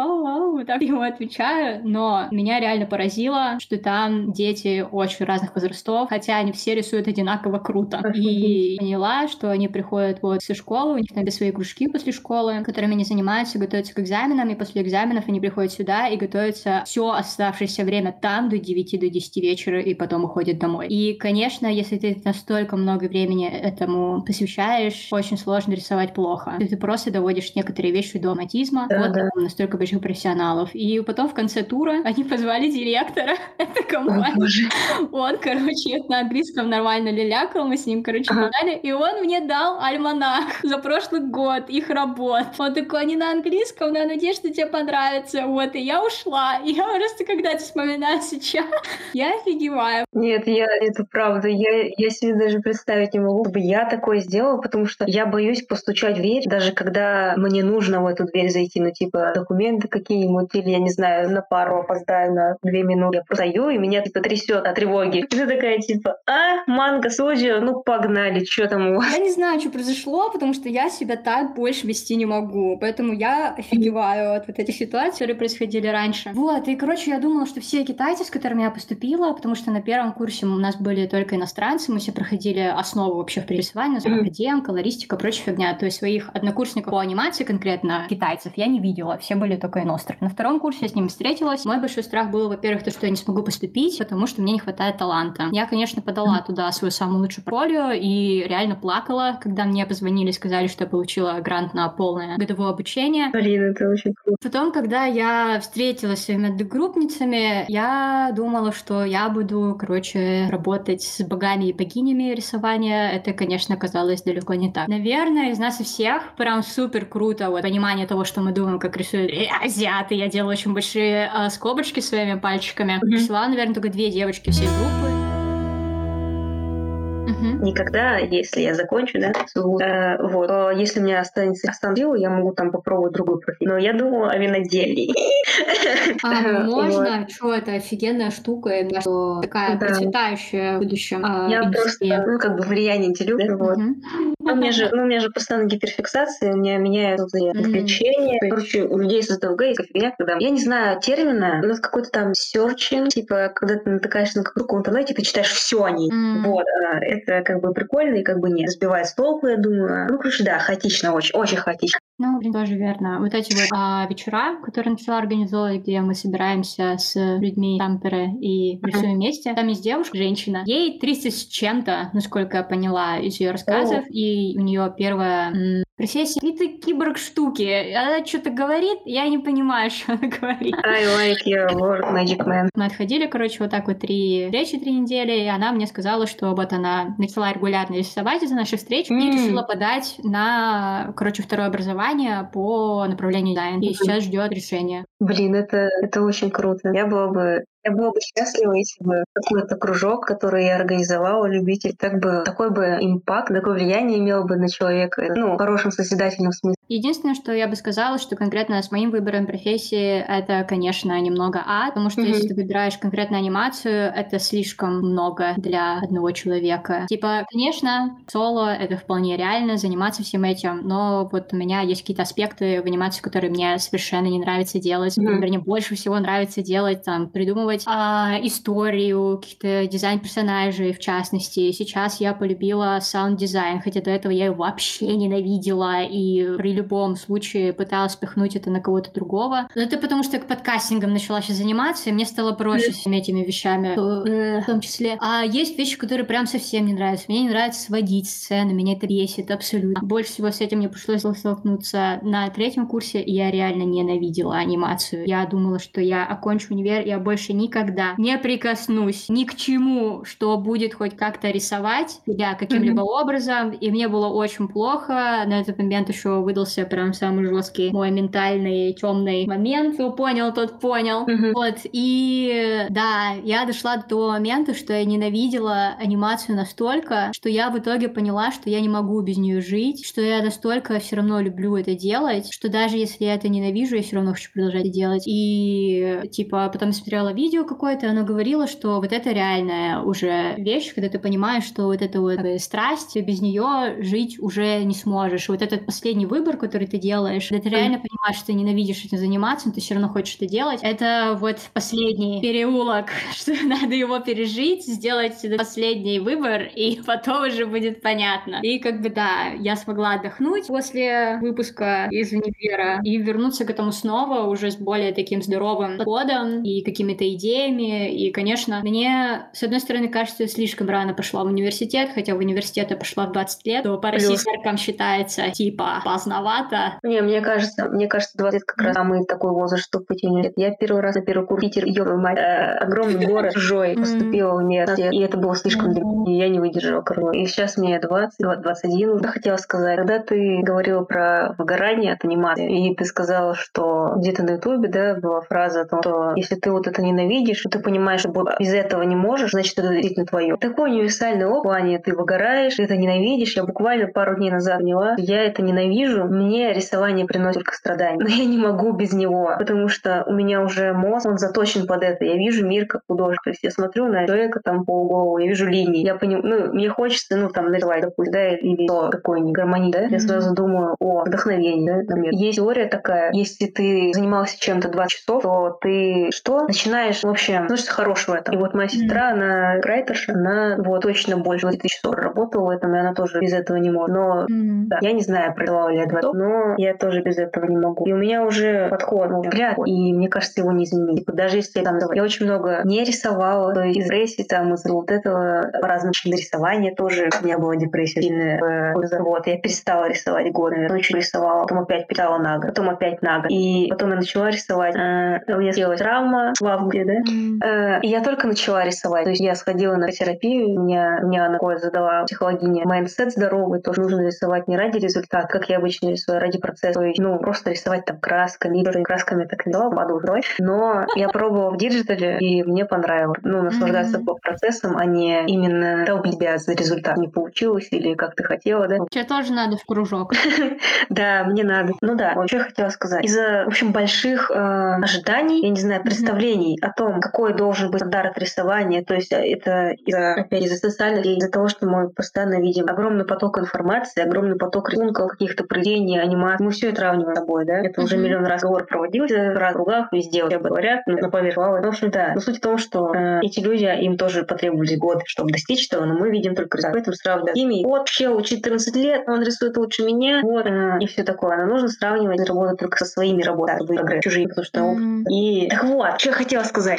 так ему отвечаю. Но меня реально поразило, что там дети очень разных возрастов, хотя они все рисуют одинаково круто. И поняла, что они приходят со школы, у них там свои кружки после школы, которыми они занимаются, готовятся к экзаменам, и после экзаменов они приходят сюда и готовятся все оставшееся время там до 9 до 10 вечера, и потом уходят домой. И, конечно, если ты настолько много времени этому посвящаешь, очень сложно рисовать плохо. Ты просто доводишь некоторые вещи до автоматизма, настолько больших профессионалов. И потом в конце тура они позвали директора этой компании. Он, на английском нормально лялякал, мы с ним, подали, и он мне дал альманах за прошлый год их работ. Он такой, они на английском, но я надеюсь, что тебе понравится. И я ушла. И я просто, когда это вспоминаю сейчас, я офигеваю. Нет, это правда. Я себе даже представить не могу, чтобы я такое сделала, потому что я боюсь постучать в дверь, даже когда мне нужно в эту дверь зайти, документы какие-нибудь, или, я не знаю, на пару опоздаю на 2 минуты. Я стою, и меня трясет от тревоги. Ты такая, манго-студио, погнали, что там у вас? Я не знаю, что произошло, потому что я себя так больше вести не могу. Поэтому я офигеваю от вот этих ситуаций, которые происходили раньше. И, я думала, что все китайцы, с которыми я поступила, потому что на первом первом курсе у нас были только иностранцы, мы все проходили основу вообще в рисовании, академ, колористика, прочая фигня. То есть своих однокурсников по анимации, конкретно китайцев, я не видела, все были только иностранцы. На втором курсе я с ними встретилась. Мой большой страх был, во-первых, то, что я не смогу поступить, потому что мне не хватает таланта. Я, конечно, подала туда свою самую лучшую портфолио и реально плакала, когда мне позвонили и сказали, что я получила грант на полное годовое обучение. Блин, это очень круто. Потом, когда я встретилась с своими одногруппницами, я думала, что я буду, работать с богами и богинями рисования. Это, конечно, оказалось далеко не так. Наверное, из нас и всех прям супер круто понимание того, что мы думаем, как рисуют азиаты. Я делала очень большие скобочки своими пальчиками. Рисовала, наверное, только 2 девочки всей группы. Никогда, если я закончу, если у меня останется сил, я могу там попробовать другую профессию. Но я думала о виноделии. Можно? Что это офигенная штука, что такая процветающая в будущем. Я просто, влияние не делю. У меня же постоянно гиперфиксация, у меня меняются отвлечения. Короче, у людей с СДВГ есть фигня, когда я не знаю термина, но какой-то там серчинг, типа, когда ты натыкаешься на какую-то в интернете, ты читаешь все о ней. Это прикольно и нет. Сбивает с толку, я думаю. Хаотично, очень хаотично. Тоже верно. Вот эти вечера, которые я начала организовывать, где мы собираемся с людьми Тампере и рисуем вместе. Там есть девушка, женщина. Ей 30 с чем-то, насколько я поняла из ее рассказов. И у нее первая профессия какие-то киборг-штуки. Она что-то говорит, я не понимаю, что она говорит. I like your word, Magic Man. Мы отходили, 3 встречи 3 недели, и она мне сказала, что она начала регулярно рисовать из-за наших встреч и решила подать на, второе образование по направлению дизайн. И сейчас ждет решения. Блин, это очень круто. Я была бы счастлива, если бы какой-то кружок, который я организовала, любитель, такой бы импакт, такое влияние имел бы на человека, в хорошем созидательном смысле. Единственное, что я бы сказала, что конкретно с моим выбором профессии это, конечно, немного потому что если ты выбираешь конкретно анимацию, это слишком много для одного человека. Конечно, соло — это вполне реально, заниматься всем этим, но у меня есть какие-то аспекты в анимации, которые мне совершенно не нравится делать. Например, мне больше всего нравится делать, придумывать историю, какие-то дизайн персонажей, в частности. Сейчас я полюбила саунд-дизайн, хотя до этого я его вообще ненавидела и при любом случае пыталась спихнуть это на кого-то другого. Но это потому, что я подкастингом начала сейчас заниматься, и мне стало проще с всеми этими вещами, в том числе. А есть вещи, которые прям совсем не нравятся. Мне не нравится сводить сцены, меня это бесит абсолютно. Больше всего с этим мне пришлось столкнуться на 3 курсе, и я реально ненавидела анимацию. Я думала, что я окончу универ, я больше никогда не прикоснусь ни к чему, что будет хоть как-то рисовать себя каким-либо образом, и мне было очень плохо. На этот момент еще выдался прям самый жесткий мой ментальный темный момент. Кто понял, тот понял. И да, я дошла до того момента, что я ненавидела анимацию настолько, что я в итоге поняла, что я не могу без нее жить, что я настолько все равно люблю это делать, что даже если я это ненавижу, я все равно хочу продолжать это делать. И потом я смотрела видео какое-то, оно говорило, что это реальная уже вещь, когда ты понимаешь, что эта страсть, ты без нее жить уже не сможешь. И этот последний выбор, который ты делаешь, когда ты реально понимаешь, что ты ненавидишь этим заниматься, но ты все равно хочешь это делать, это последний переулок, что надо его пережить, сделать этот последний выбор, и потом уже будет понятно. И я смогла отдохнуть после выпуска из универа и вернуться к этому снова уже с более таким здоровым подходом и какими-то идеями. И, конечно, мне, с одной стороны, кажется, я слишком рано пошла в университет, хотя в университет я пошла в 20 лет, то по российским меркам считается, поздновато. Мне кажется, 20 лет как раз самый такой возраст, чтобы пойти в университет. Я первый раз на первый курс Питер, огромный город, чужой, поступила в университет, и это было слишком далеко, и я не выдержала, И сейчас мне 21. Я хотела сказать, когда ты говорила про выгорание от анимации, и ты сказала, что где-то на Ютубе, была фраза о том, что если ты это ненавидишь, ты понимаешь, что без этого не можешь, значит, это действительно твое. Такой универсальный опыт, в плане ты выгораешь, ты это ненавидишь. Я буквально пару дней назад поняла, я это ненавижу, мне рисование приносит только страдания. Но я не могу без него, потому что у меня уже мозг, он заточен под это. Я вижу мир как художник. То есть я смотрю на человека там по голову, я вижу линии. Я понимаю, мне хочется, там, нарисовать, допустим, да, или какой-нибудь гармонии, да. Я сразу думаю о вдохновении, да, например. Есть теория такая, если ты занимался чем-то 20 часов, то ты начинаешь, в общем, что хорошего в этом. И вот моя сестра, она райтерша, она точно больше 20 часов работала в этом, и она тоже без этого не может. Но да, я не знаю, продавала ли я 20, но я тоже без этого не могу. И у меня уже подход, взгляд, и мне кажется, его не изменить. Даже если я очень много не рисовала, то из депрессии, из-за вот этого по-разному рисования тоже. У меня была депрессия сильная. Я перестала рисовать год, наверное, ночью рисовала, потом опять перестала на год, потом опять на год. И потом я начала рисовать. У меня сделалась травма в августе, да? И я только начала рисовать. То есть я сходила на терапию, мне она задала психологиня майндсет здоровый, тоже нужно рисовать не ради результата, как я обычно рисую, а ради процесса. То есть, просто рисовать там красками. И красками так не дала, падала рисовать. Но я пробовала в диджитале, и мне понравилось. Наслаждаться процессом, а не именно долбить себя за результат. Не получилось или как ты хотела, да? Тебе тоже надо в кружок. Да, мне надо. Что я хотела сказать. Из-за, в общем, больших ожиданий, я не знаю, представлений о том, какой должен быть стандарт рисования, то есть это опять из-за социальных, из-за того, что мы постоянно видим огромный поток информации, огромный поток рисунков, каких-то произведений, анимаций. Мы все это равниваем с собой, да? Это уже миллион раз разговор проводился в разных кругах, везде говорят, на поверхности. В общем, да. Но суть в том, что эти люди, им тоже потребовались годы, чтобы достичь этого, но мы видим только результат. Поэтому сравнивать с ними. Челу 14 лет, он рисует лучше меня, и все такое. Но нужно сравнивать работу только со своими работами, чтобы прогресс чужие, потому что опыт. И так вот, что я хотела сказать.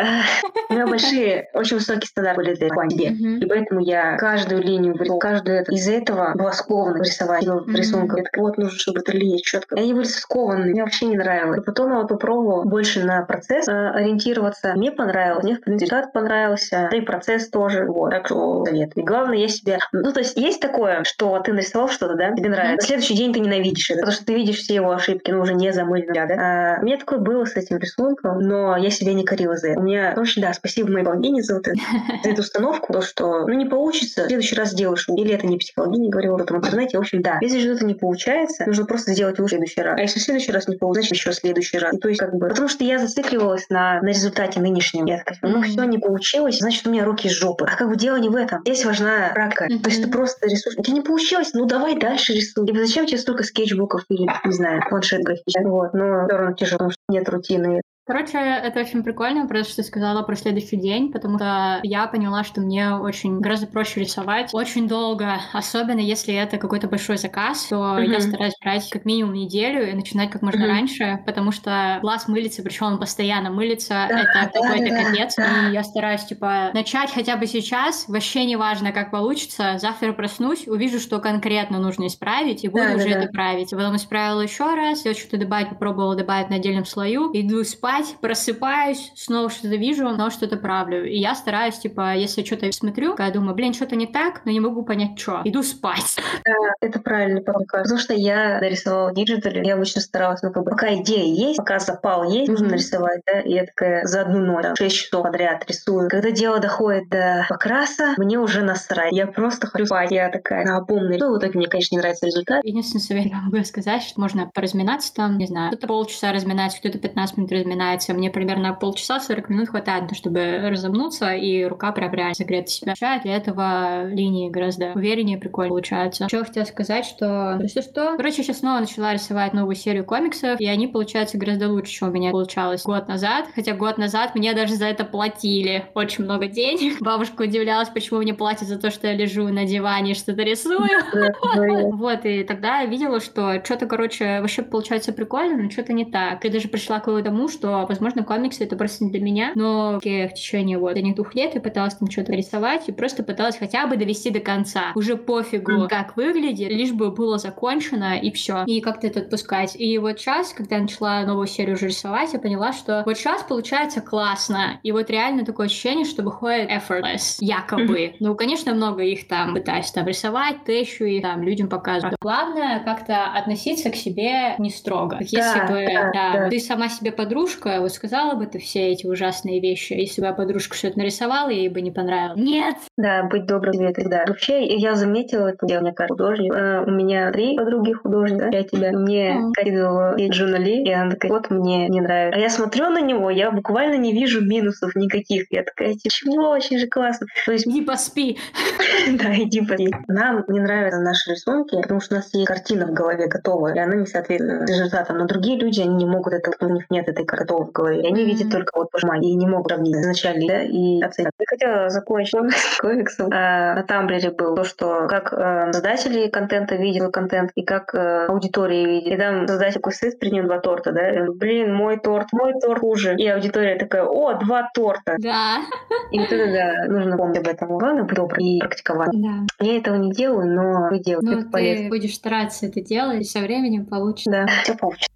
У меня большие, очень высокие стандарты были для себе. И поэтому я каждую линию, из-за этого была скована рисовать рисунком. Я такая, нужно, чтобы эта линия четко. И они были скованы, мне вообще не нравилось. И потом я попробовала больше на процесс ориентироваться. Мне понравилось, мне в принципе результат понравился, и процесс тоже. Так что совет. И главное, я себя... то есть есть такое, что ты нарисовал что-то, да, тебе нравится. На следующий день ты ненавидишь это, потому что ты видишь все его ошибки, уже не замыленные, да. У меня такое было с этим рисунком, но я себя не корила за это. У меня, спасибо моей богине за эту установку, то, что, не получится, в следующий раз сделаешь. Или это не психологиня говорила, это в интернете. В общем, да. Если что-то не получается, нужно просто сделать лучше в следующий раз. А если в следующий раз не получится, значит, еще в следующий раз. То есть, потому что я зацикливалась на результате нынешнем. Я такая, все не получилось, значит, у меня руки из жопы. А дело не в этом. Здесь важна практика. То есть ты просто рисуешь. У тебя не получилось, давай дальше рисуй. И зачем тебе столько скетчбуков или, не знаю, планшет графический? Но все равно тяжело, потому что нет рутины. Короче, это очень прикольно, просто что ты сказала про следующий день, потому что я поняла, что мне гораздо проще рисовать очень долго, особенно если это какой-то большой заказ, то я стараюсь брать как минимум неделю и начинать как можно раньше, потому что глаз мылится, причем он постоянно мылится, это какой-то капец, и я стараюсь, начать хотя бы сейчас, вообще не важно, как получится, завтра проснусь, увижу, что конкретно нужно исправить, и буду уже это править. Потом исправила еще раз, я что-то попробовала добавить на отдельном слою, иду спать, просыпаюсь, снова что-то вижу, снова что-то правлю. И я стараюсь, если я что-то смотрю, я думаю, что-то не так, но не могу понять, что. Иду спать. Да, это правильно, потому что я нарисовала в диджитале, я обычно старалась, пока идея есть, пока запал есть, нужно нарисовать, да, и я такая за одну ночь, 6 часов подряд рисую. Когда дело доходит до покраса, мне уже насрать. Я просто хочу спать. Я такая наобумная. В итоге мне, конечно, не нравится результат. Единственный совет я могу сказать, что можно поразминаться там, не знаю, кто-то полчаса разминается, кто-то 15 минут разминается. Мне примерно полчаса, 40 минут хватает, чтобы разомнуться, и рука прям реально согреет себя. Для этого линии гораздо увереннее, прикольно получаются. Что я хотела сказать, что... Короче, я сейчас снова начала рисовать новую серию комиксов, и они получаются гораздо лучше, чем у меня получалось год назад. Хотя год назад мне даже за это платили очень много денег. Бабушка удивлялась, почему мне платят за то, что я лежу на диване и что-то рисую. И тогда я видела, что что-то, вообще получается прикольно, но что-то не так. Я даже пришла к тому, что возможно, комиксы — это просто не для меня, но в течение последних 2 лет я пыталась там что-то рисовать и просто пыталась хотя бы довести до конца. Уже пофигу, как выглядит, лишь бы было закончено и все. И как-то это отпускать. И сейчас, когда я начала новую серию уже рисовать, я поняла, что сейчас получается классно. И реально такое ощущение, что выходит effortless, якобы. Конечно, много их там пытаюсь рисовать, тещу и людям показываю. Главное как-то относиться к себе не строго. Как если бы ты сама себе подружка, подружка, вот сказала бы ты все эти ужасные вещи, если бы подружка что-то нарисовала, ей бы не понравилось. Нет! Да, быть добрым тебе тогда. Вообще, я заметила это дело, мне кажется, художник. У меня 3 подруги художника, я тебя мне скидывала Джуна Ли, и она такая, вот мне не нравится. А я смотрю на него, я буквально не вижу минусов никаких. Я такая, чего, очень же классно. То есть, иди поспи. Да, иди поспи. Нам не нравятся наши рисунки, потому что у нас есть картина в голове готовая, и она не соответствует результатам. Но другие люди, они не могут это, у них нет этой готовой в голове. И они видят только вот пожимание, и не могут сравнить изначально, да, и оценить. Я хотела закончить комиксом. На Тамблере был то, что как создатели контента видят контент, и как аудитория видит. И там создатель такой стоит перед ним 2 торта, да, и он, блин, мой торт хуже. И аудитория такая, о, 2 торта. Да. И вот это, да, нужно помнить об этом. Главное быть добрым и практиковать. Да. Я этого не делаю, но вы делаете. Ну, это полезно. Ты будешь стараться это делать, и со временем получится. Да, все получится.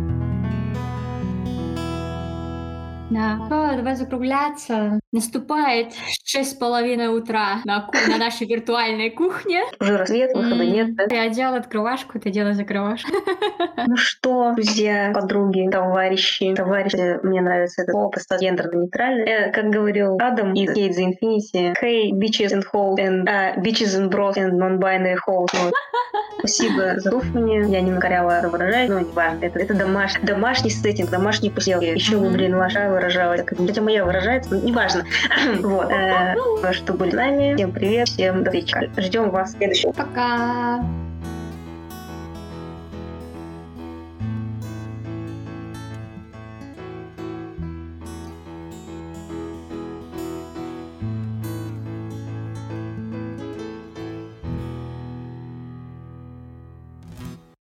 Да. Давай закругляться. Наступает 6:30 утра на нашей виртуальной кухне. Уже рассвет, выхода нет, да? Я делала открывашку, ты делаешь закрывашку. Ну что, друзья, подруги, товарищи, мне нравится это слово, просто гендерно-нейтральное. Как говорил Адам из Hate the Infinity, hey, bitches and hoes, and bitches and bros, and non-binary hoes. Вот. Спасибо за слушание. Я не коряво выражаюсь, но не важно. Это домашний сеттинг, домашний посел. Еще бы, блин, ваша выражалась. Хотя моя выражается, но не важно. Вот. Что были с нами. Всем привет, всем до встречи. Ждем вас в следующем. Пока!